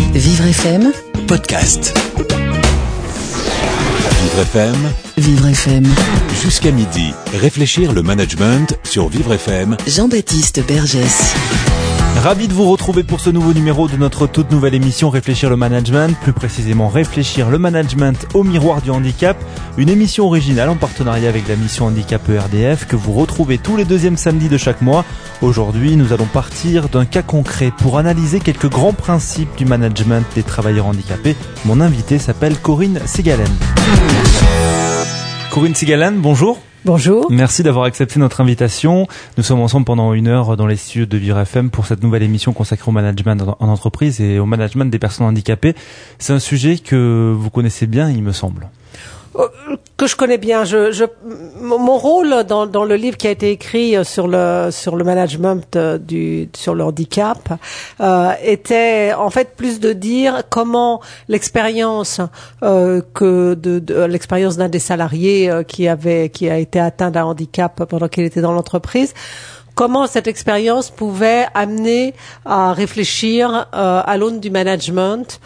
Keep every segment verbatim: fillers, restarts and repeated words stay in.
Vivre F M Podcast. Vivre F M. Vivre F M. Jusqu'à midi. Réfléchir le management sur Vivre F M. Jean-Baptiste Bergès. Ravi de vous retrouver pour ce nouveau numéro de notre toute nouvelle émission Réfléchir le management, plus précisément Réfléchir le management au miroir du handicap, une émission originale en partenariat avec la mission handicap E R D F que vous retrouvez tous les deuxièmes samedis de chaque mois. Aujourd'hui, nous allons partir d'un cas concret pour analyser quelques grands principes du management des travailleurs handicapés. Mon invité s'appelle Corinne Segalen. Corinne Segalen, bonjour. Bonjour. Merci d'avoir accepté notre invitation. Nous sommes ensemble pendant une heure dans les studios de Vivre F M pour cette nouvelle émission consacrée au management en entreprise et au management des personnes handicapées. C'est un sujet que vous connaissez bien, il me semble. Que je connais bien. Je, je, mon rôle dans, dans le livre qui a été écrit sur le sur le management du sur le handicap euh, était en fait plus de dire comment l'expérience euh, que de, de l'expérience d'un des salariés euh, qui avait qui a été atteint d'un handicap pendant qu'il était dans l'entreprise. Comment cette expérience pouvait amener à réfléchir euh, à l'aune du management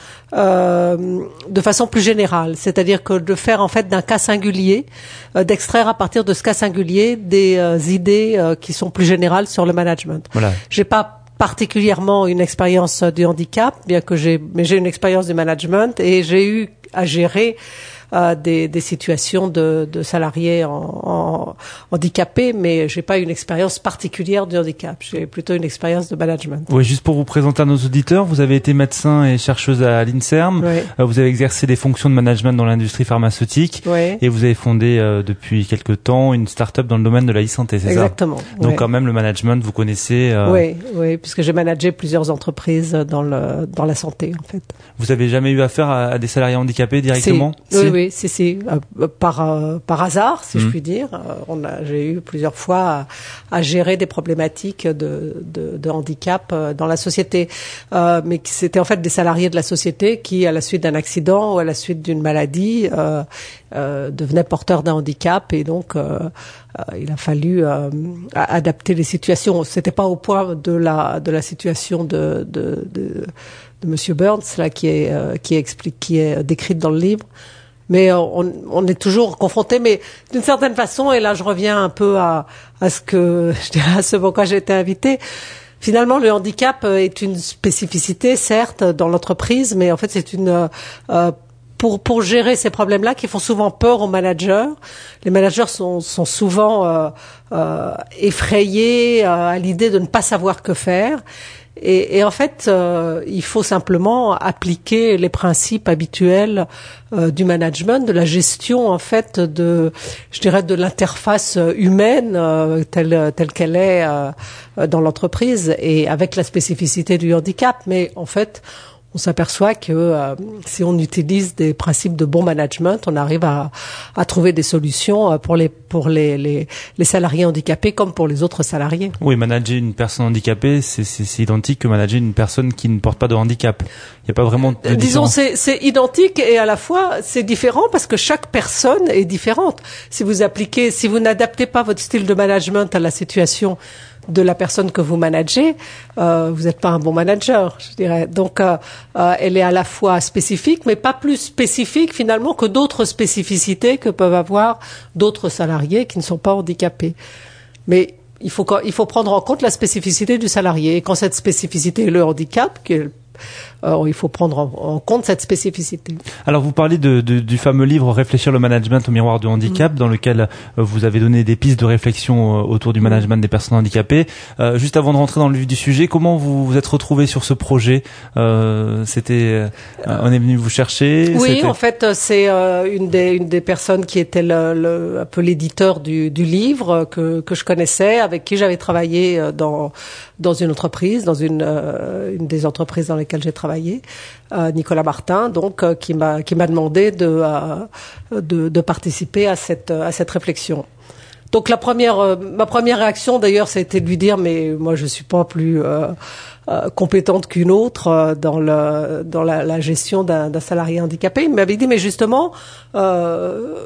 euh, de façon plus générale, c'est-à-dire que de faire en fait d'un cas singulier, euh, d'extraire à partir de ce cas singulier des euh, idées euh, qui sont plus générales sur le management. Voilà. J'ai pas particulièrement une expérience du handicap, bien que j'ai, mais j'ai une expérience du management et j'ai eu à gérer Euh, des, des situations de, de salariés en, en, handicapés, mais j'ai pas une expérience particulière du handicap. J'ai plutôt une expérience de management. Oui, juste pour vous présenter à nos auditeurs, vous avez été médecin et chercheuse à l'INSERM. Oui. Euh, vous avez exercé des fonctions de management dans l'industrie pharmaceutique. Oui. Et vous avez fondé euh, depuis quelque temps une start-up dans le domaine de la e-santé, c'est Exactement. ça? Exactement. Donc oui. quand même le management, vous connaissez. Euh... Oui, oui, puisque j'ai managé plusieurs entreprises dans le dans la santé en fait. Vous avez jamais eu affaire à, à des salariés handicapés directement? Si. Oui, oui, si, si. Euh, par euh, par hasard, si mmh. je puis dire. Euh, on a, j'ai eu plusieurs fois à, à gérer des problématiques de de, de handicap euh, dans la société, euh, mais c'était en fait des salariés de la société qui, à la suite d'un accident ou à la suite d'une maladie, euh, euh, devenaient porteurs d'un handicap et donc euh, euh, il a fallu euh, adapter les situations. C'était pas au point de la de la situation de de de, de Monsieur Burns là qui est euh, qui explique qui est décrite dans le livre. Mais on, on est toujours confronté, mais d'une certaine façon, et là je reviens un peu à, à ce que je dirais à ce pourquoi j'ai été invitée. Finalement, le handicap est une spécificité, certes, dans l'entreprise, mais en fait, c'est une euh, pour pour gérer ces problèmes-là qui font souvent peur aux managers. Les managers sont sont souvent euh, euh, effrayés euh, à l'idée de ne pas savoir que faire. Et, et en fait, euh, il faut simplement appliquer les principes habituels euh, du management, de la gestion en fait de, je dirais, de l'interface humaine euh, telle telle qu'elle est euh, dans l'entreprise et avec la spécificité du handicap. Mais en fait, on s'aperçoit que euh, si on utilise des principes de bon management, on arrive à, à trouver des solutions pour les pour les, les les salariés handicapés comme pour les autres salariés. Oui, manager une personne handicapée, c'est c'est, c'est identique que manager une personne qui ne porte pas de handicap. Il n'y a pas vraiment de Disons, différence. c'est c'est identique et à la fois c'est différent parce que chaque personne est différente. Si vous appliquez, si vous n'adaptez pas votre style de management à la situation de la personne que vous managez, euh, vous n'êtes pas un bon manager, je dirais. Donc, euh, euh, elle est à la fois spécifique, mais pas plus spécifique finalement que d'autres spécificités que peuvent avoir d'autres salariés qui ne sont pas handicapés. Mais il faut il faut prendre en compte la spécificité du salarié. Et quand cette spécificité est le handicap, qui est Euh, il faut prendre en, en compte cette spécificité. Alors vous parlez de, de, du fameux livre Réfléchir le management au miroir du handicap, mmh. dans lequel euh, vous avez donné des pistes de réflexion euh, autour du management des personnes handicapées. Euh, juste avant de rentrer dans le vif du sujet, comment vous vous êtes retrouvé sur ce projet? euh, C'était, euh, on est venu vous chercher? Oui, c'était... en fait, c'est euh, une des une des personnes qui était le, le un peu l'éditeur du, du livre que que je connaissais, avec qui j'avais travaillé dans dans une entreprise, dans une euh, une des entreprises dans lesquelles j'ai travaillé, euh, Nicolas Martin, donc euh, qui m'a qui m'a demandé de, euh, de de participer à cette à cette réflexion. Donc la première euh, ma première réaction d'ailleurs, ça a été de lui dire mais moi je suis pas plus euh, euh, compétente qu'une autre euh, dans le dans la, la gestion d'un, d'un salarié handicapé. Il m'avait dit mais justement euh,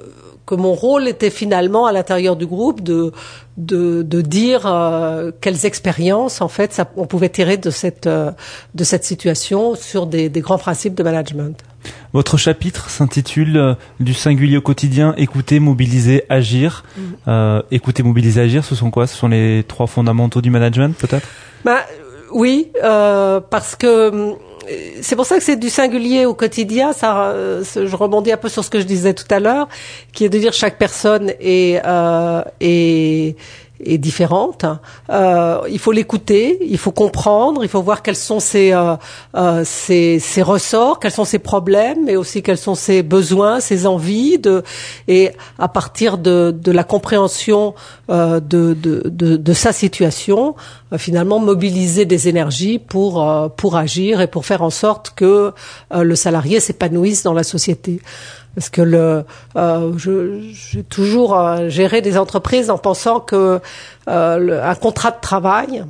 que mon rôle était finalement à l'intérieur du groupe de de, de dire euh, quelles expériences en fait ça, on pouvait tirer de cette euh, de cette situation sur des, des grands principes de management. Votre chapitre s'intitule euh, Du singulier au quotidien, écouter, mobiliser, agir. Mmh. Euh, écouter, mobiliser, agir, ce sont quoi? Ce sont les trois fondamentaux du management, peut-être? Bah, oui, euh, parce que c'est pour ça que c'est du singulier au quotidien. Ça, je rebondis un peu sur ce que je disais tout à l'heure, qui est de dire chaque personne est euh, est est différente. Euh, il faut l'écouter, il faut comprendre, il faut voir quels sont ses euh, euh, ses, ses ressorts, quels sont ses problèmes, mais aussi quels sont ses besoins, ses envies. De et à partir de de la compréhension euh, de, de de de sa situation, euh, finalement mobiliser des énergies pour euh, pour agir et pour faire en sorte que euh, le salarié s'épanouisse dans la société. Parce que le, euh, je, j'ai toujours euh, géré des entreprises en pensant que euh, le, un contrat de travail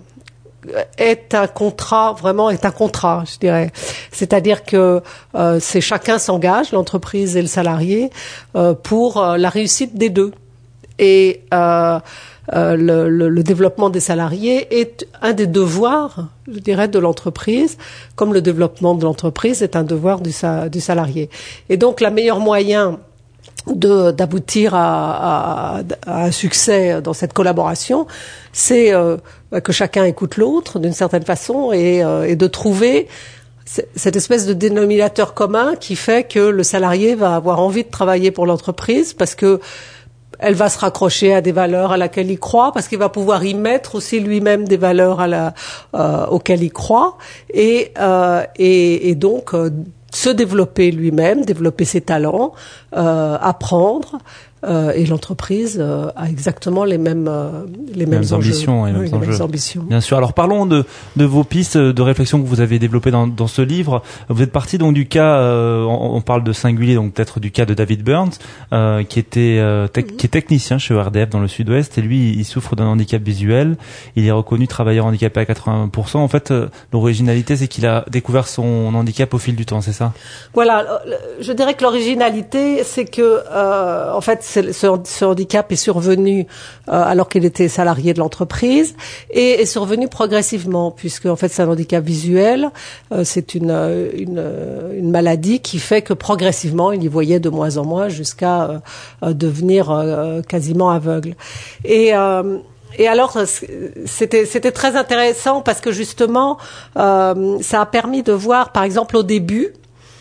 est un contrat, vraiment est un contrat, je dirais. C'est-à-dire que euh, c'est chacun s'engage, l'entreprise et le salarié, euh, pour euh, la réussite des deux. Et euh, euh, le, le, le développement des salariés est un des devoirs, je dirais, de l'entreprise, comme le développement de l'entreprise est un devoir du, du salarié. Et donc, le meilleur moyen de d'aboutir à, à, à un succès dans cette collaboration, c'est euh, que chacun écoute l'autre d'une certaine façon et, euh, et de trouver cette espèce de dénominateur commun qui fait que le salarié va avoir envie de travailler pour l'entreprise parce que elle va se raccrocher à des valeurs à laquelle il croit, parce qu'il va pouvoir y mettre aussi lui-même des valeurs à la, euh, auxquelles il croit, et, euh, et, et donc euh, se développer lui-même, développer ses talents, euh, apprendre. Euh, et l'entreprise euh, a exactement les mêmes euh, les mêmes, mêmes enjeux. ambitions et oui, mêmes les enjeux. mêmes ambitions. Bien sûr. Alors parlons de de vos pistes de réflexion que vous avez développées dans dans ce livre. Vous êtes parti donc du cas, euh, on, on parle de singulier, donc peut-être du cas de David Burns, euh, qui était euh, tec- mm-hmm. qui est technicien chez E R D F dans le Sud-Ouest, et lui il souffre d'un handicap visuel. Il est reconnu travailleur handicapé à quatre-vingts pour cent. En fait, euh, l'originalité c'est qu'il a découvert son handicap au fil du temps, c'est ça? Voilà. Je dirais que l'originalité c'est que euh, en fait c'est, ce, ce handicap est survenu euh, alors qu'il était salarié de l'entreprise et est survenu progressivement puisque en fait c'est un handicap visuel, euh, c'est une, une une maladie qui fait que progressivement il y voyait de moins en moins jusqu'à euh, devenir euh, quasiment aveugle. Et euh, Et alors, c'était c'était très intéressant parce que justement, euh, ça a permis de voir, par exemple, au début,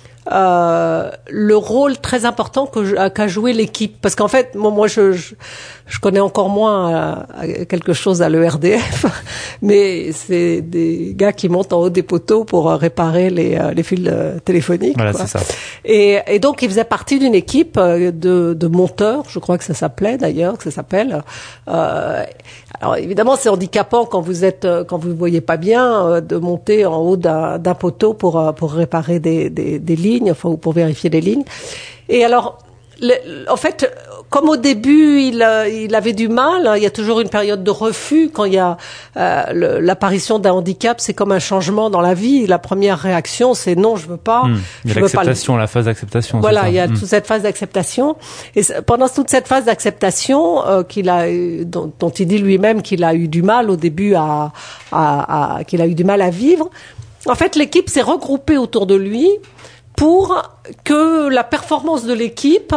Euh, le rôle très important que qu'a joué l'équipe, parce qu'en fait moi, moi je, je je connais encore moins euh, quelque chose à l'E R D F, mais c'est des gars qui montent en haut des poteaux pour euh, réparer les euh, les fils euh, téléphoniques. Voilà, quoi. c'est ça. Et, et donc ils faisaient partie d'une équipe euh, de de monteurs, je crois que ça s'appelait d'ailleurs, que ça s'appelle. Euh, alors évidemment c'est handicapant quand vous êtes euh, quand vous ne voyez pas bien euh, de monter en haut d'un, d'un poteau pour euh, pour réparer des des, des lignes, enfin ou pour vérifier des lignes. Et alors le, en fait, comme au début, il, il avait du mal. Il y a toujours une période de refus quand il y a euh, le, l'apparition d'un handicap. C'est comme un changement dans la vie. La première réaction, c'est non, je veux pas. Mmh. Il y a je l'acceptation, veux pas le... la phase d'acceptation. Voilà, c'est ça. il y a mmh. toute cette phase d'acceptation. Et pendant toute cette phase d'acceptation, euh, qu'il a, dont, dont il dit lui-même qu'il a eu du mal au début à, à, à, qu'il a eu du mal à vivre. En fait, l'équipe s'est regroupée autour de lui pour que la performance de l'équipe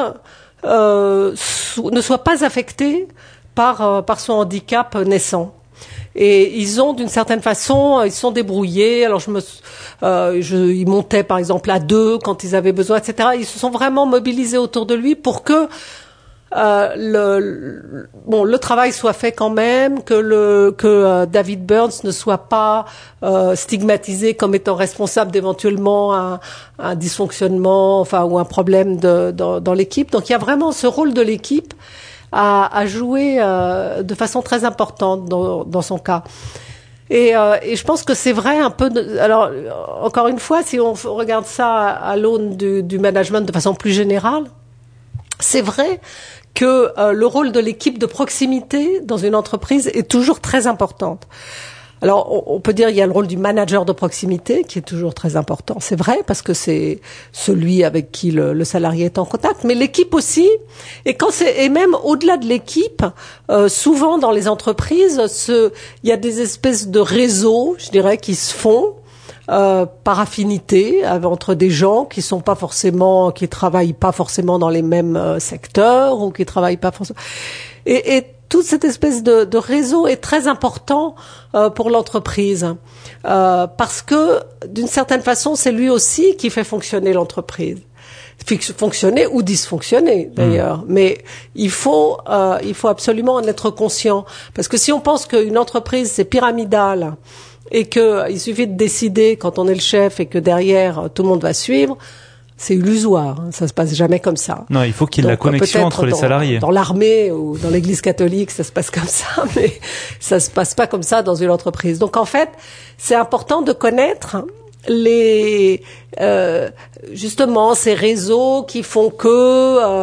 euh, so, ne soit pas affectée par euh, par son handicap naissant. Et ils ont, d'une certaine façon, ils sont débrouillés. Alors je me, euh, je, ils montaient par exemple à deux quand ils avaient besoin, et cetera. Ils se sont vraiment mobilisés autour de lui pour que Euh, le, le bon le travail soit fait quand même, que le que euh, David Burns ne soit pas euh, stigmatisé comme étant responsable d'éventuellement un, un dysfonctionnement, enfin ou un problème de, dans, dans l'équipe. Donc il y a vraiment ce rôle de l'équipe à, à jouer euh, de façon très importante dans, dans son cas. Et, euh, et je pense que c'est vrai un peu. De, alors encore une fois, si on regarde ça à, à l'aune du, du management de façon plus générale, c'est vrai que euh, le rôle de l'équipe de proximité dans une entreprise est toujours très importante. Alors, on, on peut dire il y a le rôle du manager de proximité qui est toujours très important. C'est vrai parce que c'est celui avec qui le, le salarié est en contact, mais l'équipe aussi. Et quand c'est et même au-delà de l'équipe, euh, souvent dans les entreprises, ce, il y a des espèces de réseaux, je dirais, qui se font. Euh, par affinité euh, entre des gens qui sont pas forcément, qui travaillent pas forcément dans les mêmes euh, secteurs ou qui travaillent pas forcément. Et, et toute cette espèce de, de réseau est très important euh, pour l'entreprise euh, parce que d'une certaine façon, c'est lui aussi qui fait fonctionner l'entreprise. Fonctionner ou dysfonctionner d'ailleurs, mmh. mais il faut euh, il faut absolument en être conscient parce que si on pense qu'une entreprise c'est pyramidal et que il suffit de décider quand on est le chef et que derrière tout le monde va suivre, c'est illusoire. Hein, ça se passe jamais comme ça. Non, il faut qu'il y ait de la connexion entre les dans, salariés. Dans l'armée ou dans l'Église catholique, ça se passe comme ça, mais ça se passe pas comme ça dans une entreprise. Donc en fait, c'est important de connaître les euh, justement ces réseaux qui font que euh,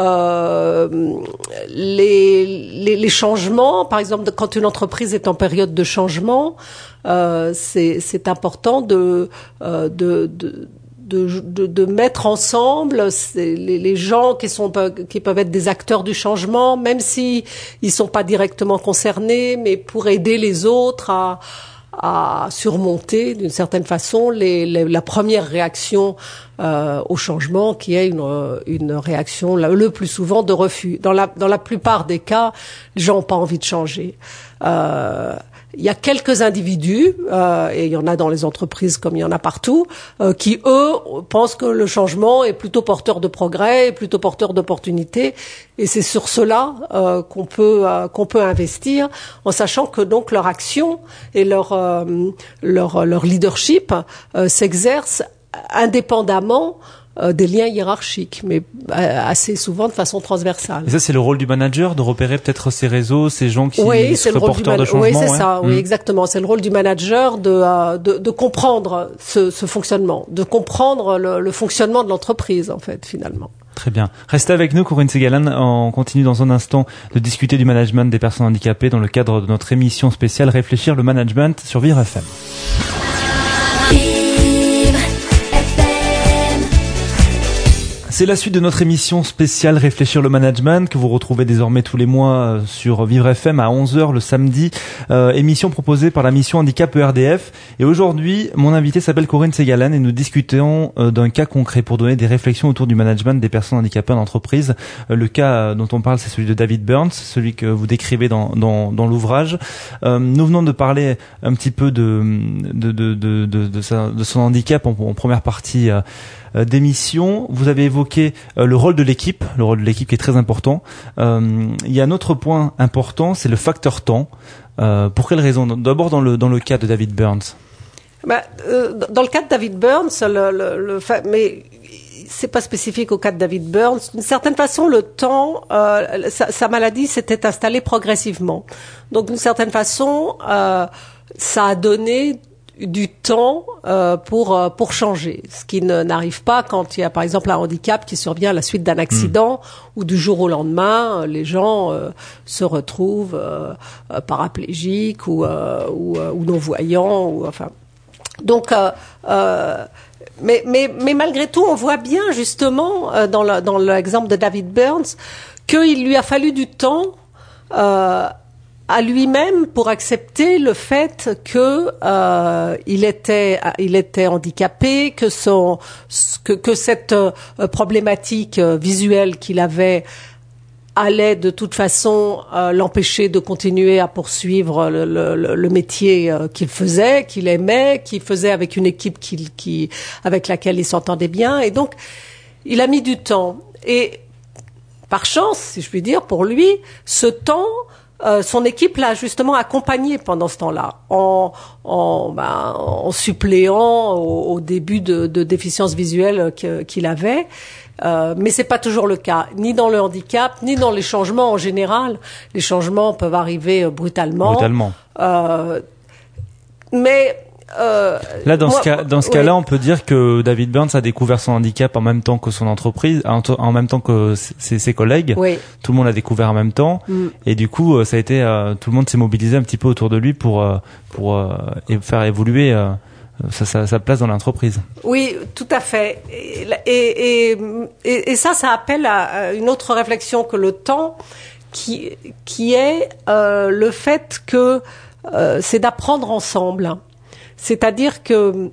euh, les, les les changements, par exemple, quand une entreprise est en période de changement, euh, c'est c'est important de euh, de, de De, de, de mettre ensemble les, les gens qui sont qui peuvent être des acteurs du changement, même si ils sont pas directement concernés, mais pour aider les autres à à surmonter d'une certaine façon les, les, la première réaction euh, au changement, qui est une, une réaction le plus souvent de refus. Dans la dans la plupart des cas, les gens n'ont pas envie de changer. Euh, Il y a quelques individus, euh, et il y en a dans les entreprises comme il y en a partout, euh, qui, eux, pensent que le changement est plutôt porteur de progrès, plutôt porteur d'opportunités, et c'est sur cela euh, qu'on peut euh, qu'on peut investir, en sachant que donc leur action et leur euh, leur leur leadership euh, s'exercent indépendamment Euh, des liens hiérarchiques, mais euh, assez souvent de façon transversale. Et ça, c'est le rôle du manager, de repérer peut-être ces réseaux, ces gens qui oui, seraient porteurs de changement. Oui, c'est ouais. ça. Mmh. Oui, exactement. C'est le rôle du manager de euh, de, de comprendre ce, ce fonctionnement, de comprendre le, le fonctionnement de l'entreprise, en fait, finalement. Très bien. Restez avec nous, Corinne Ségalen. On continue dans un instant de discuter du management des personnes handicapées dans le cadre de notre émission spéciale Réfléchir le management sur Vivre F M. C'est la suite de notre émission spéciale Réfléchir le management que vous retrouvez désormais tous les mois sur Vivre F M à onze heures le samedi, euh, émission proposée par la mission Handicap E R D F. Et aujourd'hui, mon invité s'appelle Corinne Ségalen et nous discutons euh, d'un cas concret pour donner des réflexions autour du management des personnes handicapées en entreprise. Euh, le cas dont on parle, c'est celui de David Burns, celui que vous décrivez dans, dans, dans l'ouvrage. Euh, nous venons de parler un petit peu de, de, de, de, de, de, sa, de son handicap en, en première partie euh, d'émission. Vous avez évoqué euh, le rôle de l'équipe, le rôle de l'équipe qui est très important. Euh, il y a un autre point important, c'est le facteur temps. Euh, pour quelle raison ? D'abord dans le dans le cas de David Burns. Bah, euh, dans le cas de David Burns, le, le, le fa- mais c'est pas spécifique au cas de David Burns. D'une certaine façon, le temps, euh, sa, sa maladie s'était installée progressivement. Donc, d'une certaine façon, euh, ça a donné du temps euh, pour euh, pour changer, ce qui ne, n'arrive pas quand il y a par exemple un handicap qui survient à la suite d'un accident mmh. ou du jour au lendemain les gens euh, se retrouvent euh, euh, paraplégiques ou euh, ou, euh, ou non-voyants ou enfin donc euh, euh, mais mais mais malgré tout on voit bien justement euh, dans le, dans l'exemple de David Burns qu'il lui a fallu du temps euh, à lui-même pour accepter le fait que euh, il était il était handicapé, que son que que cette euh, problématique euh, visuelle qu'il avait allait de toute façon euh, l'empêcher de continuer à poursuivre le, le, le métier euh, qu'il faisait, qu'il aimait, qu'il faisait avec une équipe qui, qui avec laquelle il s'entendait bien, et donc il a mis du temps. Et par chance, si je puis dire, pour lui, ce temps Euh, son équipe l'a justement accompagné pendant ce temps-là, en, en, ben, en suppléant au, au début de, de déficience visuelle que, qu'il avait. Euh, mais c'est pas toujours le cas, ni dans le handicap, ni dans les changements en général. Les changements peuvent arriver brutalement. Brutalement. Euh, mais Euh, Là, dans moi, ce cas, dans ce oui. cas-là, on peut dire que David Burns a découvert son handicap en même temps que son entreprise, en, en même temps que ses, ses collègues. Oui. Tout le monde l'a découvert en même temps, mm. et du coup, ça a été, euh, tout le monde s'est mobilisé un petit peu autour de lui pour euh, pour euh, faire évoluer euh, sa, sa, sa place dans l'entreprise. Oui, tout à fait. Et, et, et, et ça, ça appelle à une autre réflexion que le temps, qui qui est euh, le fait que euh, c'est d'apprendre ensemble. C'est-à-dire que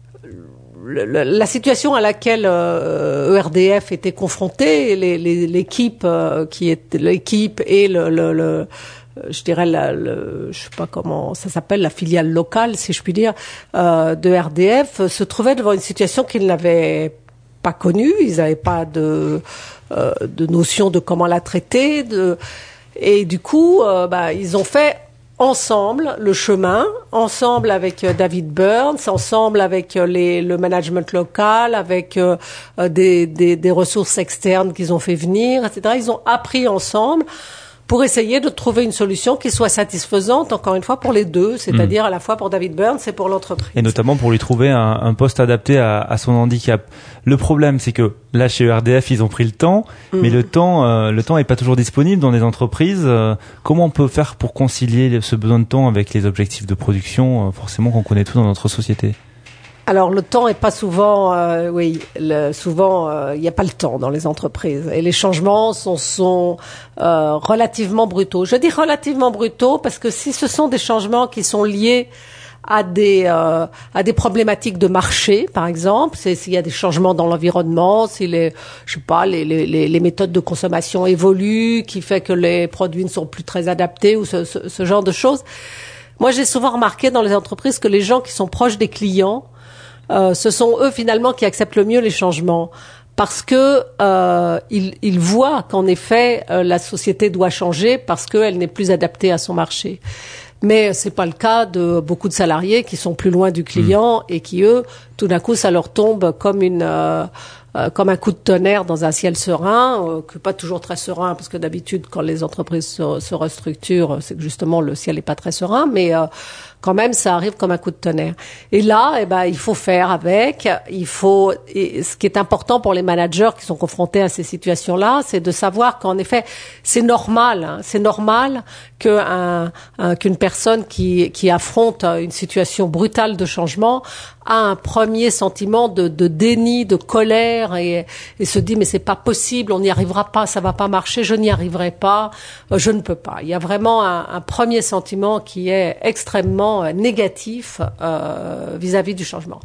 la situation à laquelle euh, E R D F était confrontée, les, les, l'équipe euh, qui est l'équipe et le, le, le je dirais la, le, je sais pas comment ça s'appelle, la filiale locale, si je puis dire, euh, de E R D F, se trouvaient devant une situation qu'ils n'avaient pas connue. Ils n'avaient pas de euh, de notion de comment la traiter, de et du coup, euh, bah, ils ont fait ensemble le chemin, ensemble avec David Burns, ensemble avec les, le management local, avec euh, des, des, des ressources externes qu'ils ont fait venir, et cetera. Ils ont appris ensemble pour essayer de trouver une solution qui soit satisfaisante, encore une fois, pour les deux, c'est-à-dire mmh. à la fois pour David Burns et pour l'entreprise. Et notamment pour lui trouver un, un poste adapté à, à son handicap. Le problème, c'est que là, chez E R D F, ils ont pris le temps, mmh. mais le temps, euh, le temps est pas toujours disponible dans les entreprises. Euh, comment on peut faire pour concilier ce besoin de temps avec les objectifs de production, euh, forcément qu'on connaît tous dans notre société? Alors le temps est pas souvent, euh, oui, le, souvent il euh, n'y a pas le temps dans les entreprises et les changements sont, sont euh, relativement brutaux. Je dis relativement brutaux parce que si ce sont des changements qui sont liés à des euh, à des problématiques de marché, par exemple, c'est s'il y a des changements dans l'environnement, si les je sais pas les les les méthodes de consommation évoluent, qui fait que les produits ne sont plus très adaptés ou ce, ce, ce genre de choses. Moi, j'ai souvent remarqué dans les entreprises que les gens qui sont proches des clients, Euh, ce sont eux finalement qui acceptent le mieux les changements parce que euh, ils, ils voient qu'en effet euh, la société doit changer parce qu'elle n'est plus adaptée à son marché. Mais c'est pas le cas de beaucoup de salariés qui sont plus loin du client mmh. et qui eux, tout d'un coup, ça leur tombe comme une euh, euh, comme un coup de tonnerre dans un ciel serein, euh, que pas toujours très serein parce que d'habitude quand les entreprises se, se restructurent, c'est que justement le ciel est pas très serein, mais euh, quand même, ça arrive comme un coup de tonnerre. Et là, eh ben, il faut faire avec. Il faut. Et ce qui est important pour les managers qui sont confrontés à ces situations-là, c'est de savoir qu'en effet, c'est normal. Hein, c'est normal qu'un, un, qu'une personne qui qui affronte une situation brutale de changement a un premier sentiment de, de déni, de colère et, et se dit mais c'est pas possible, on n'y arrivera pas, ça va pas marcher, je n'y arriverai pas, je ne peux pas. Il y a vraiment un, un premier sentiment qui est extrêmement négatif euh, vis-à-vis du changement.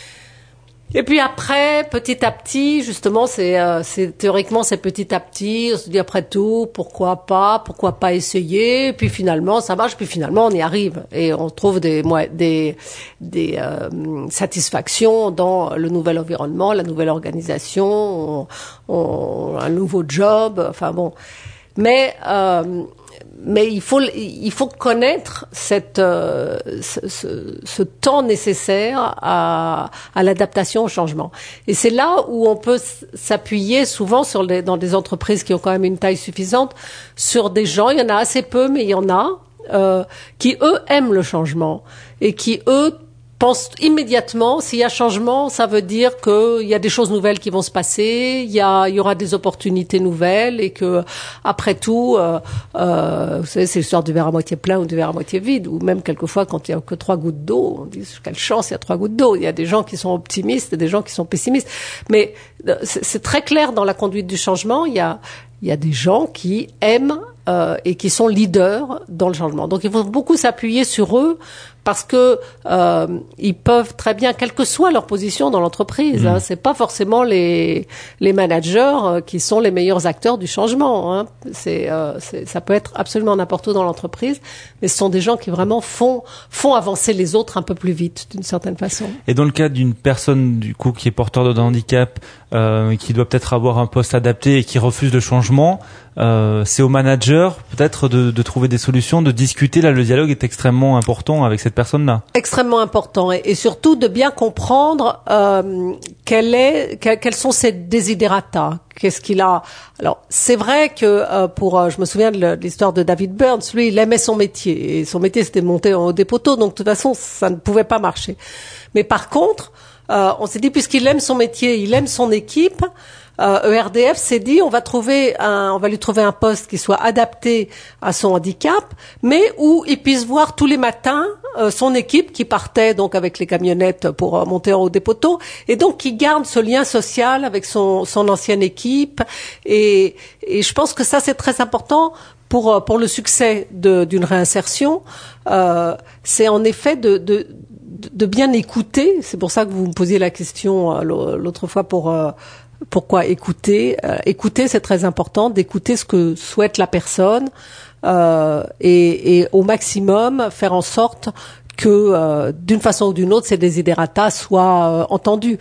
Et puis après, petit à petit, justement, c'est, euh, c'est théoriquement c'est petit à petit. On se dit après tout, pourquoi pas, pourquoi pas essayer. Et puis finalement, ça marche. Puis finalement, on y arrive et on trouve des des des euh, satisfactions dans le nouvel environnement, la nouvelle organisation, on, on, un nouveau job. Enfin bon, mais euh, mais il faut il faut connaître cette euh, ce, ce, ce temps nécessaire à à l'adaptation au changement. Et c'est là où on peut s'appuyer souvent sur les, dans des entreprises qui ont quand même une taille suffisante sur des gens, il y en a assez peu mais il y en a euh, qui eux aiment le changement et qui eux pense immédiatement, s'il y a changement, ça veut dire qu'il y a des choses nouvelles qui vont se passer, il y a, il y aura des opportunités nouvelles et que, après tout, euh, euh, vous savez, c'est l'histoire du verre à moitié plein ou du verre à moitié vide, ou même quelquefois quand il y a que trois gouttes d'eau, on dit quelle chance, il y a trois gouttes d'eau. Il y a des gens qui sont optimistes et des gens qui sont pessimistes. Mais c'est, c'est très clair dans la conduite du changement, il y a, il y a des gens qui aiment euh, et qui sont leaders dans le changement. Donc il faut beaucoup s'appuyer sur eux parce que euh, ils peuvent très bien, quelle que soit leur position dans l'entreprise, mmh. hein, c'est pas forcément les les managers euh, qui sont les meilleurs acteurs du changement. Hein. C'est, euh, c'est ça peut être absolument n'importe où dans l'entreprise, mais ce sont des gens qui vraiment font font avancer les autres un peu plus vite d'une certaine façon. Et dans le cas d'une personne du coup qui est porteur de handicap, euh, qui doit peut-être avoir un poste adapté et qui refuse le changement, euh, c'est au manager peut-être de, de trouver des solutions, de discuter. Là, le dialogue est extrêmement important avec cette personne-là. Extrêmement important, et, et surtout de bien comprendre euh, quel est, quel, quels sont ses desiderata. Qu'est-ce qu'il a? Alors, c'est vrai que euh, pour, euh, je me souviens de l'histoire de David Burns. Lui, il aimait son métier, et son métier c'était de monter en haut des poteaux, donc de toute façon, ça ne pouvait pas marcher. Mais par contre, euh, on s'est dit, puisqu'il aime son métier, il aime son équipe. Euh, E R D F s'est dit, on va trouver un, on va lui trouver un poste qui soit adapté à son handicap, mais où il puisse voir tous les matins euh, son équipe qui partait donc avec les camionnettes pour euh, monter en haut des poteaux, et donc qui garde ce lien social avec son, son ancienne équipe. Et, et je pense que ça c'est très important pour pour le succès de, d'une réinsertion. Euh, c'est en effet de, de de bien écouter. C'est pour ça que vous me posiez la question euh, l'autre fois pour euh, pourquoi écouter. Euh, écouter, c'est très important, d'écouter ce que souhaite la personne euh, et, et au maximum faire en sorte que euh, d'une façon ou d'une autre, ces desiderata soient euh, entendus.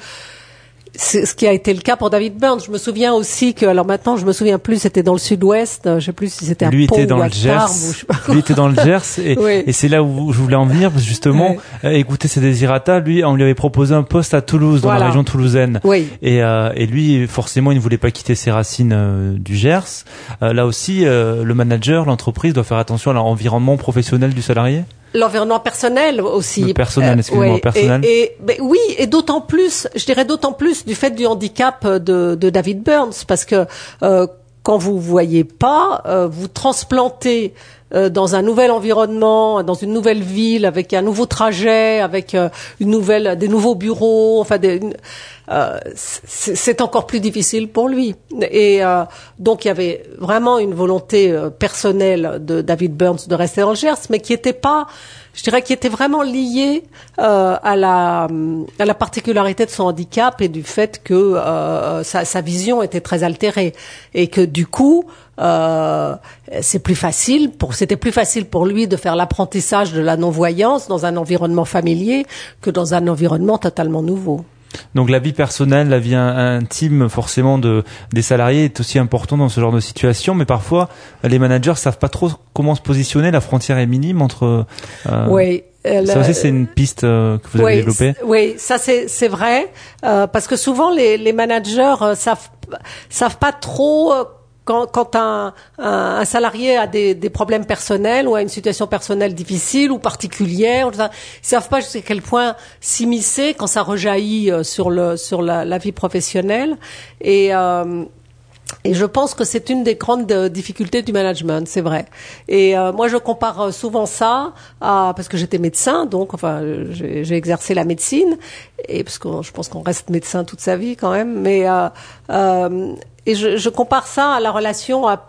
C'est ce qui a été le cas pour David Burns. Je me souviens aussi que, alors maintenant je me souviens plus, c'était dans le sud-ouest, je sais plus si c'était à Lui Pau était dans ou à le Gers. Tarbes, ou je sais pas quoi. Lui était dans le Gers et, Oui. et c'est là où je voulais en venir parce que justement, Oui. euh, écouter ses désirata, lui, on lui avait proposé un poste à Toulouse, dans Voilà. la région toulousaine. Oui. Et, euh, et lui, forcément, il ne voulait pas quitter ses racines euh, du Gers. Euh, là aussi, euh, le manager, l'entreprise doit faire attention à l'environnement professionnel du salarié. L'environnement personnel aussi. Le personnel, excusez-moi, oui. personnel. Et, et ben, oui, et d'autant plus, je dirais d'autant plus du fait du handicap de, de David Burns, parce que euh, quand vous voyez pas, euh, vous transplantez euh, dans un nouvel environnement, dans une nouvelle ville, avec un nouveau trajet, avec euh, une nouvelle, des nouveaux bureaux, enfin des, une, euh, c'est, c'est encore plus difficile pour lui. Et euh, donc il y avait vraiment une volonté euh, personnelle de David Burns de rester dans le Gers, mais qui était pas, je dirais, qui était vraiment liée euh, à la à la particularité de son handicap et du fait que euh, sa, sa vision était très altérée et que du coup euh, c'est plus facile pour c'était plus facile pour lui de faire l'apprentissage de la non-voyance dans un environnement familier que dans un environnement totalement nouveau. Donc la vie personnelle, la vie intime forcément de des salariés est aussi important dans ce genre de situation, mais parfois les managers savent pas trop comment se positionner, la frontière est minime entre euh, oui. Euh, ça aussi c'est une piste euh, que vous avez oui, développée. Oui, ça c'est c'est vrai euh, parce que souvent les les managers euh, savent savent pas trop euh, Quand, quand un, un, un salarié a des, des problèmes personnels ou a une situation personnelle difficile ou particulière, ils savent pas jusqu'à quel point s'immiscer quand ça rejaillit sur le sur la, la vie professionnelle. Et euh, Et je pense que c'est une des grandes difficultés du management, c'est vrai. Et euh, moi, je compare souvent ça à, parce que j'étais médecin, donc enfin, j'ai, j'ai exercé la médecine, et parce que je pense qu'on reste médecin toute sa vie quand même. Mais euh, euh, et je, je compare ça à la relation à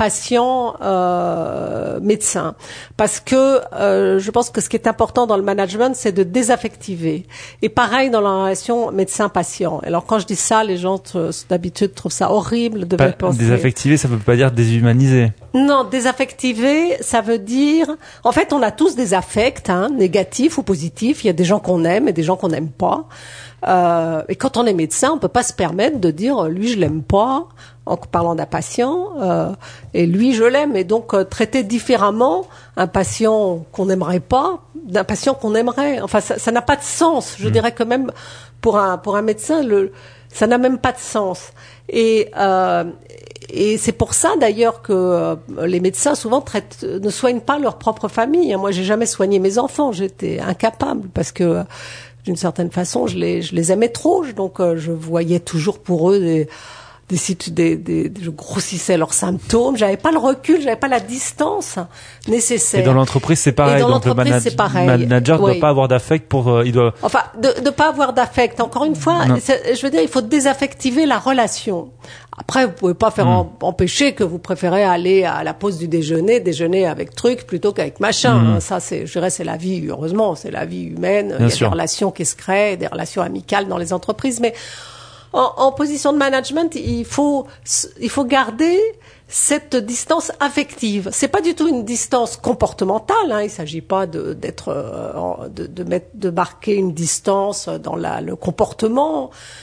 patient-médecin, euh, parce que euh, je pense que ce qui est important dans le management, c'est de désaffectiver. Et pareil dans la relation médecin-patient. Alors quand je dis ça, les gens d'habitude trouvent ça horrible de pas, penser. Désaffectiver, ça veut pas dire déshumaniser. Non, désaffectiver, ça veut dire... En fait, on a tous des affects, hein, négatifs ou positifs. Il y a des gens qu'on aime et des gens qu'on n'aime pas. Euh, et quand on est médecin, on peut pas se permettre de dire lui je l'aime pas en parlant d'un patient euh, et lui je l'aime, et donc euh, traiter différemment un patient qu'on n'aimerait pas d'un patient qu'on aimerait. Enfin, ça, ça n'a pas de sens. Je mmh. dirais que même pour un pour un médecin, le ça n'a même pas de sens. Et euh, et c'est pour ça d'ailleurs que euh, les médecins souvent traitent, ne soignent pas leur propre famille. Moi, j'ai jamais soigné mes enfants. J'étais incapable parce que euh, d'une certaine façon, je les, je les aimais trop. Donc, euh, je voyais toujours pour eux des, des, des, des, des, je grossissais leurs symptômes. J'avais pas le recul, j'avais pas la distance nécessaire. Et dans l'entreprise, c'est pareil. Donc, le manage, c'est pareil. manager ne oui. doit pas avoir d'affect pour, euh, il doit. Enfin, de, de pas avoir d'affect. Encore une fois, je veux dire, il faut désaffectiver la relation. Après, vous pouvez pas faire mmh. en, empêcher que vous préférez aller à la pause du déjeuner, déjeuner avec truc plutôt qu'avec machin. Mmh. Hein. Ça, c'est, je dirais, c'est la vie. Heureusement, c'est la vie humaine. Bien il y a sûr. Des relations qui se créent, des relations amicales dans les entreprises. Mais en, en position de management, il faut, il faut garder cette distance affective. C'est pas du tout une distance comportementale. Hein. Il s'agit pas de, d'être, euh, de, de mettre, de marquer une distance dans la, le comportement.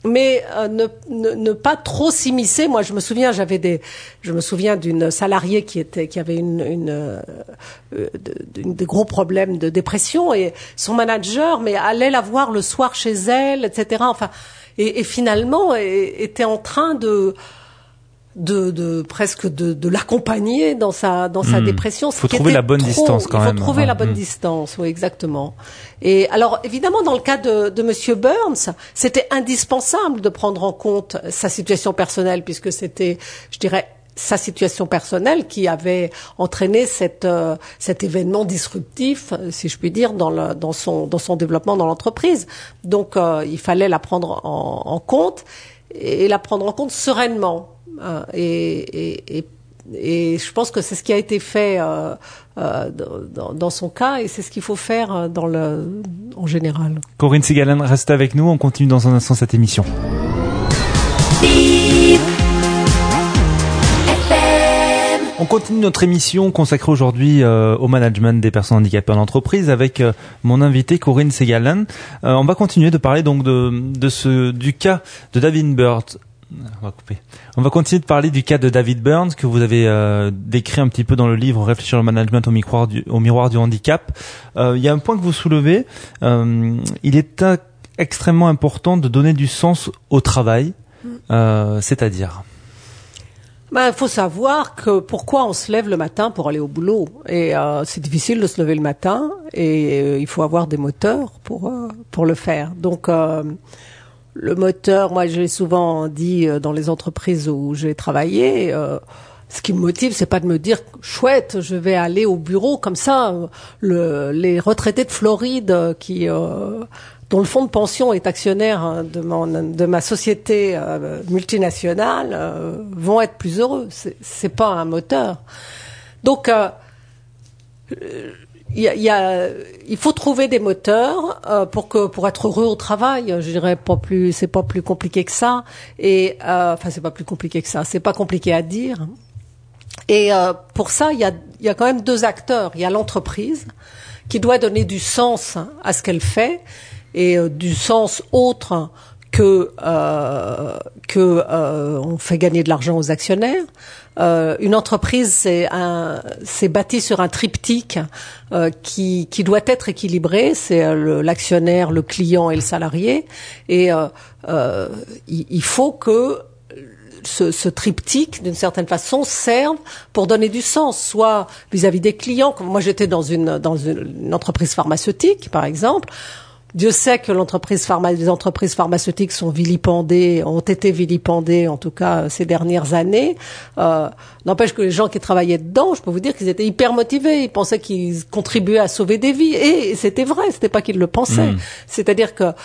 mais euh, ne, ne ne pas trop s'immiscer. Moi, je me souviens, j'avais des, je me souviens d'une salariée qui était, qui avait une, une, euh, de, de, de gros problèmes de dépression, et son manager, mais allait la voir le soir chez elle, et cetera. Enfin, et, et finalement, et, était en train de de, de presque de, de l'accompagner dans sa dans sa mmh. dépression. Il faut trouver la bonne trop, distance quand il même. Il faut trouver hein. la bonne mmh. distance, oui, exactement. Et alors, évidemment, dans le cas de, de Monsieur Burns, c'était indispensable de prendre en compte sa situation personnelle, puisque c'était, je dirais, sa situation personnelle qui avait entraîné cette, euh, cet événement disruptif, si je puis dire, dans, le, dans son dans son développement dans l'entreprise. Donc, euh, il fallait la prendre en, en compte et la prendre en compte sereinement. Et, et, et, et je pense que c'est ce qui a été fait euh, euh, dans, dans son cas, et c'est ce qu'il faut faire dans le, en général. Corinne Ségalen, reste avec nous, on continue dans un instant cette émission. On continue notre émission consacrée aujourd'hui euh, au management des personnes handicapées en entreprise avec euh, mon invité Corinne Ségalen. Euh, on va continuer de parler donc de, de ce du cas de David Burns. On va couper. On va continuer de parler du cas de David Burns que vous avez euh, décrit un petit peu dans le livre Réfléchir le management au miroir du, au miroir du handicap. Euh, il y a un point que vous soulevez. Euh, il est euh, extrêmement important de donner du sens au travail, euh, c'est-à-dire. Ben, faut savoir que pourquoi on se lève le matin pour aller au boulot. Et euh, c'est difficile de se lever le matin, et euh, il faut avoir des moteurs pour euh, pour le faire. Donc euh, le moteur, moi j'ai souvent dit euh, dans les entreprises où j'ai travaillé, euh, ce qui me motive, c'est pas de me dire chouette, je vais aller au bureau comme ça. Le, les retraités de Floride euh, qui euh, dont le fonds de pension est actionnaire de, mon, de ma société euh, multinationale euh, vont être plus heureux. C'est, c'est pas un moteur. Donc euh, Il y a, il y a, il faut trouver des moteurs euh, pour que pour être heureux au travail. Je dirais pas plus, c'est pas plus compliqué que ça. Et euh, enfin, c'est pas plus compliqué que ça. C'est pas compliqué à dire. Et euh, pour ça, il y a, il y a quand même deux acteurs. Il y a l'entreprise qui doit donner du sens à ce qu'elle fait, et euh, du sens autre que euh, que euh, on fait gagner de l'argent aux actionnaires. Euh, une entreprise, c'est un, c'est bâti sur un triptyque euh, qui qui doit être équilibré. C'est le, l'actionnaire, le client et le salarié. Et euh, euh, il, il faut que ce, ce triptyque, d'une certaine façon, serve pour donner du sens, soit vis-à-vis des clients. Comme moi, j'étais dans une dans une, une entreprise pharmaceutique, par exemple. Dieu sait que l'entreprise pharma, les entreprises pharmaceutiques sont vilipendées, ont été vilipendées, en tout cas ces dernières années. Euh, n'empêche que les gens qui travaillaient dedans, je peux vous dire qu'ils étaient hyper motivés. Ils pensaient qu'ils contribuaient à sauver des vies, et c'était vrai. C'était pas qu'ils le pensaient. Mmh. C'est-à-dire que euh,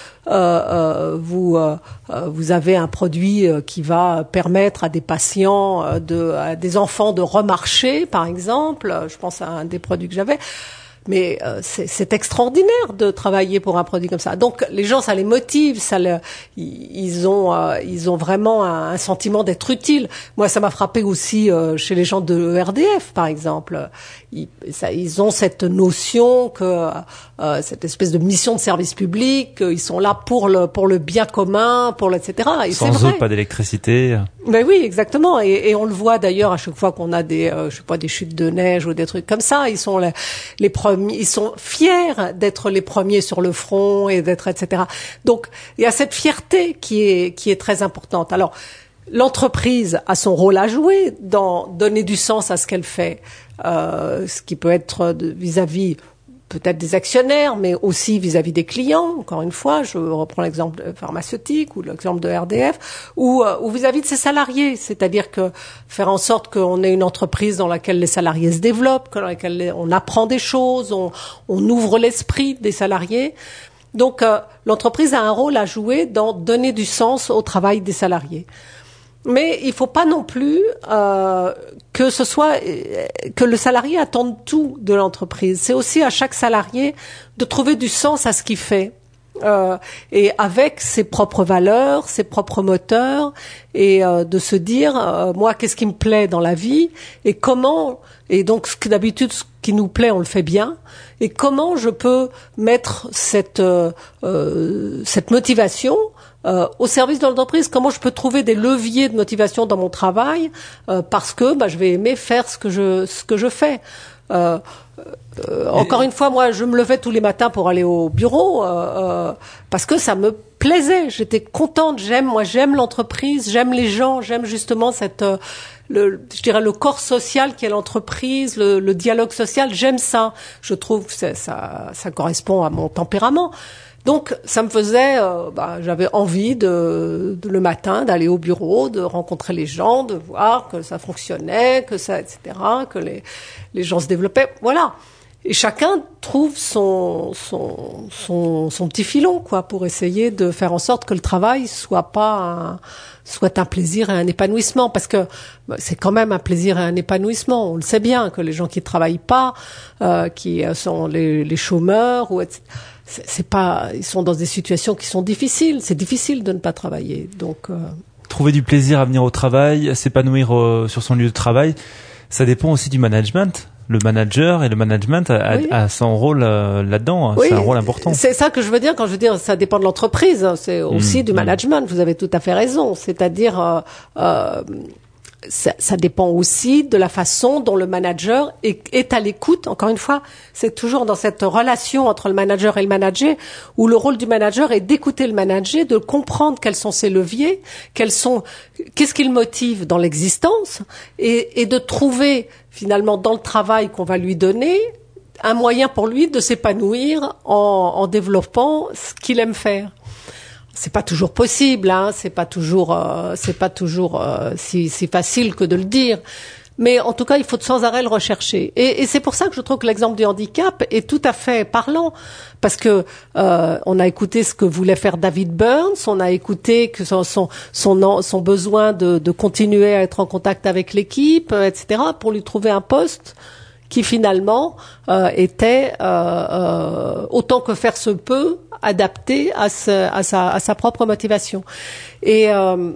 euh, vous euh, vous avez un produit qui va permettre à des patients, de, à des enfants de remarcher, par exemple. Je pense à un des produits que j'avais. Mais euh, c'est, c'est extraordinaire de travailler pour un produit comme ça. Donc les gens, ça les motive, ça le, ils ont, euh, ils ont vraiment un, un sentiment d'être utile. Moi, ça m'a frappé aussi euh, chez les gens de E R D F, par exemple. Ils, ça, ils ont cette notion que euh, cette espèce de mission de service public, ils sont là pour le pour le bien commun, pour le et cetera. Et sans c'est vrai. eux, pas d'électricité. Ben oui, exactement. Et, et on le voit d'ailleurs à chaque fois qu'on a des, euh, je sais pas, des chutes de neige ou des trucs comme ça. Ils sont les, les premiers, ils sont fiers d'être les premiers sur le front et d'être et cetera. Donc il y a cette fierté qui est qui est très importante. Alors l'entreprise a son rôle à jouer dans donner du sens à ce qu'elle fait, euh, ce qui peut être de, vis-à-vis peut-être des actionnaires, mais aussi vis-à-vis des clients. Encore une fois, je reprends l'exemple pharmaceutique ou l'exemple de R D F, ou, ou vis-à-vis de ses salariés. C'est-à-dire que faire en sorte qu'on ait une entreprise dans laquelle les salariés se développent, dans laquelle on apprend des choses, on, on ouvre l'esprit des salariés. Donc, euh, l'entreprise a un rôle à jouer dans donner du sens au travail des salariés. Mais il faut pas non plus euh, que ce soit que le salarié attende tout de l'entreprise. C'est aussi à chaque salarié de trouver du sens à ce qu'il fait, euh, et avec ses propres valeurs, ses propres moteurs, et euh, de se dire euh, moi qu'est-ce qui me plaît dans la vie, et comment, et donc ce que d'habitude ce qui nous plaît on le fait bien, et comment je peux mettre cette euh, euh, cette motivation euh, au service de l'entreprise. Comment je peux trouver des leviers de motivation dans mon travail euh, parce que bah, je vais aimer faire ce que je ce que je fais. Euh, euh, encore une fois, moi, je me levais tous les matins pour aller au bureau euh, euh, parce que ça me plaisait. J'étais contente. J'aime, moi, j'aime l'entreprise, j'aime les gens, j'aime justement cette, euh, le, je dirais le corps social qu'est l'entreprise, le, le dialogue social. J'aime ça. Je trouve que ça, ça, ça correspond à mon tempérament. Donc, ça me faisait, euh, bah, j'avais envie de, de le matin d'aller au bureau, de rencontrer les gens, de voir que ça fonctionnait, que ça, et cetera, que les les gens se développaient. Voilà. Et chacun trouve son son son son petit filon, quoi, pour essayer de faire en sorte que le travail soit pas un, soit un plaisir et un épanouissement, parce que bah, c'est quand même un plaisir et un épanouissement. On le sait bien que les gens qui travaillent pas, euh, qui sont les les chômeurs ou et cetera, C'est, c'est pas, ils sont dans des situations qui sont difficiles. C'est difficile de ne pas travailler. Donc, euh... trouver du plaisir à venir au travail, s'épanouir euh, sur son lieu de travail, ça dépend aussi du management. Le manager et le management a, oui. a, a son rôle euh, là-dedans. Oui, c'est un rôle important. C'est ça que je veux dire quand je veux dire ça dépend de l'entreprise. C'est aussi mmh, du management. Mmh. Vous avez tout à fait raison. C'est-à-dire. Euh, euh, Ça, ça dépend aussi de la façon dont le manager est, est à l'écoute. Encore une fois, c'est toujours dans cette relation entre le manager et le manager où le rôle du manager est d'écouter le manager, de comprendre quels sont ses leviers, quels sont, qu'est-ce qui le motive dans l'existence, et, et de trouver finalement dans le travail qu'on va lui donner un moyen pour lui de s'épanouir en, en développant ce qu'il aime faire. C'est pas toujours possible, hein. C'est pas toujours, euh, c'est pas toujours euh, si, si facile que de le dire. Mais en tout cas, il faut sans arrêt le rechercher. Et, et c'est pour ça que je trouve que l'exemple du handicap est tout à fait parlant, parce que euh, on a écouté ce que voulait faire David Burns, on a écouté que son son son, son besoin de, de continuer à être en contact avec l'équipe, et cetera, pour lui trouver un poste qui finalement euh, était euh, euh, autant que faire se peut adapté à, ce, à sa à sa propre motivation. Et euh,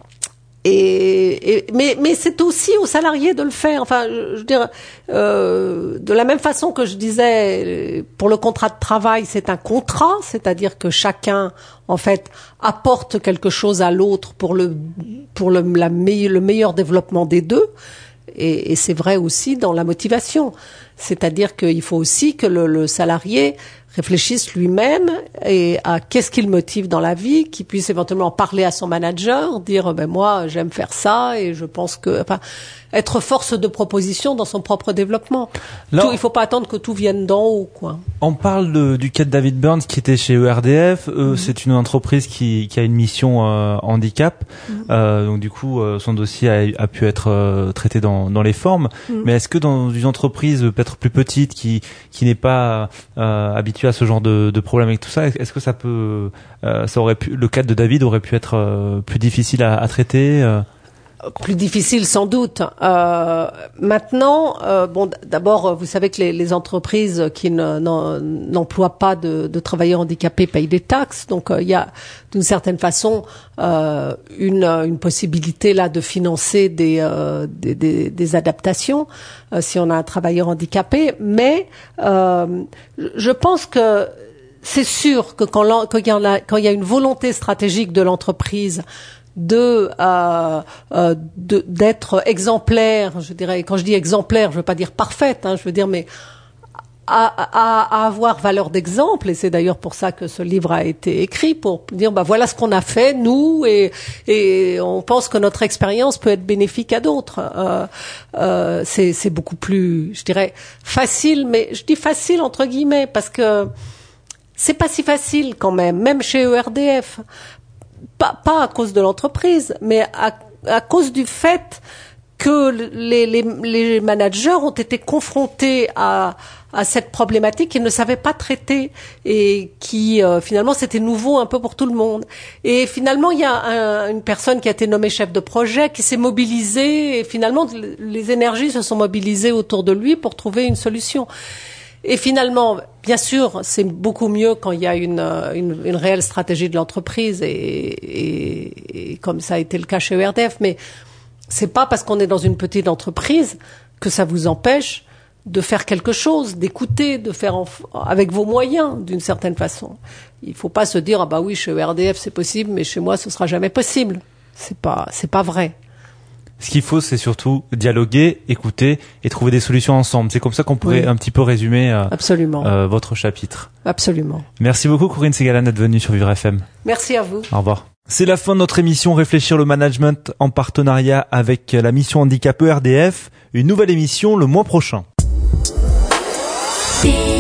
Et, et mais mais c'est aussi aux salariés de le faire. Enfin, je, je veux dire, euh, de la même façon que je disais pour le contrat de travail, c'est un contrat, c'est-à-dire que chacun en fait apporte quelque chose à l'autre pour le pour le la me, le meilleur développement des deux. Et, et c'est vrai aussi dans la motivation, c'est-à-dire qu'il faut aussi que le, le salarié réfléchisse lui-même et à qu'est-ce qui le motive dans la vie, qu'il puisse éventuellement parler à son manager, dire ben moi j'aime faire ça et je pense que, enfin, être force de proposition dans son propre développement. Là, tout, il faut pas attendre que tout vienne d'en haut, quoi. On parle de, du cas de David Burns qui était chez E R D F. Euh, mm-hmm. C'est une entreprise qui, qui a une mission euh, handicap. Mm-hmm. Euh, donc du coup, euh, son dossier a, a pu être euh, traité dans, dans les formes. Mm-hmm. Mais est-ce que dans une entreprise peut-être plus petite qui, qui n'est pas euh, habituée à ce genre de, de problème avec tout ça, est-ce que ça peut, euh, ça aurait pu, le cas de David aurait pu être euh, plus difficile à, à traiter euh Plus difficile sans doute. Euh, maintenant, euh, bon, d'abord, vous savez que les, les entreprises qui ne, n'emploient pas de, de travailleurs handicapés payent des taxes, donc il euh, y a d'une certaine façon euh, une, une possibilité là de financer des, euh, des, des, des adaptations euh, si on a un travailleur handicapé. Mais euh, je pense que c'est sûr que quand, quand il y a, quand il y a une volonté stratégique de l'entreprise de euh, euh, de d'être exemplaire, je dirais, quand je dis exemplaire, je veux pas dire parfaite, hein, je veux dire, mais à, à, à avoir valeur d'exemple, et c'est d'ailleurs pour ça que ce livre a été écrit, pour dire bah voilà ce qu'on a fait nous, et et on pense que notre expérience peut être bénéfique à d'autres. Euh, euh, c'est c'est beaucoup plus, je dirais, facile, mais je dis facile entre guillemets parce que c'est pas si facile quand même, même chez E R D F. Pas, pas à cause de l'entreprise, mais à, à cause du fait que les, les, les managers ont été confrontés à, à cette problématique qu'ils ne savaient pas traiter et qui euh, finalement c'était nouveau un peu pour tout le monde. Et finalement il y a un, une personne qui a été nommée chef de projet qui s'est mobilisée et finalement les énergies se sont mobilisées autour de lui pour trouver une solution. Et finalement, bien sûr, c'est beaucoup mieux quand il y a une, une, une réelle stratégie de l'entreprise et, et, et comme ça a été le cas chez E R D F. Mais c'est pas parce qu'on est dans une petite entreprise que ça vous empêche de faire quelque chose, d'écouter, de faire en, avec vos moyens, d'une certaine façon. Il faut pas se dire ah bah oui chez R D F c'est possible, mais chez moi ce sera jamais possible. C'est pas c'est pas vrai. Ce qu'il faut, c'est surtout dialoguer, écouter et trouver des solutions ensemble. C'est comme ça qu'on pourrait oui. un petit peu résumer euh, Absolument. Euh, votre chapitre. Absolument. Merci beaucoup Corinne Ségalen d'être venue sur Vivre F M. Merci à vous. Au revoir. C'est la fin de notre émission Réfléchir le management en partenariat avec la mission handicap E R D F. Une nouvelle émission le mois prochain.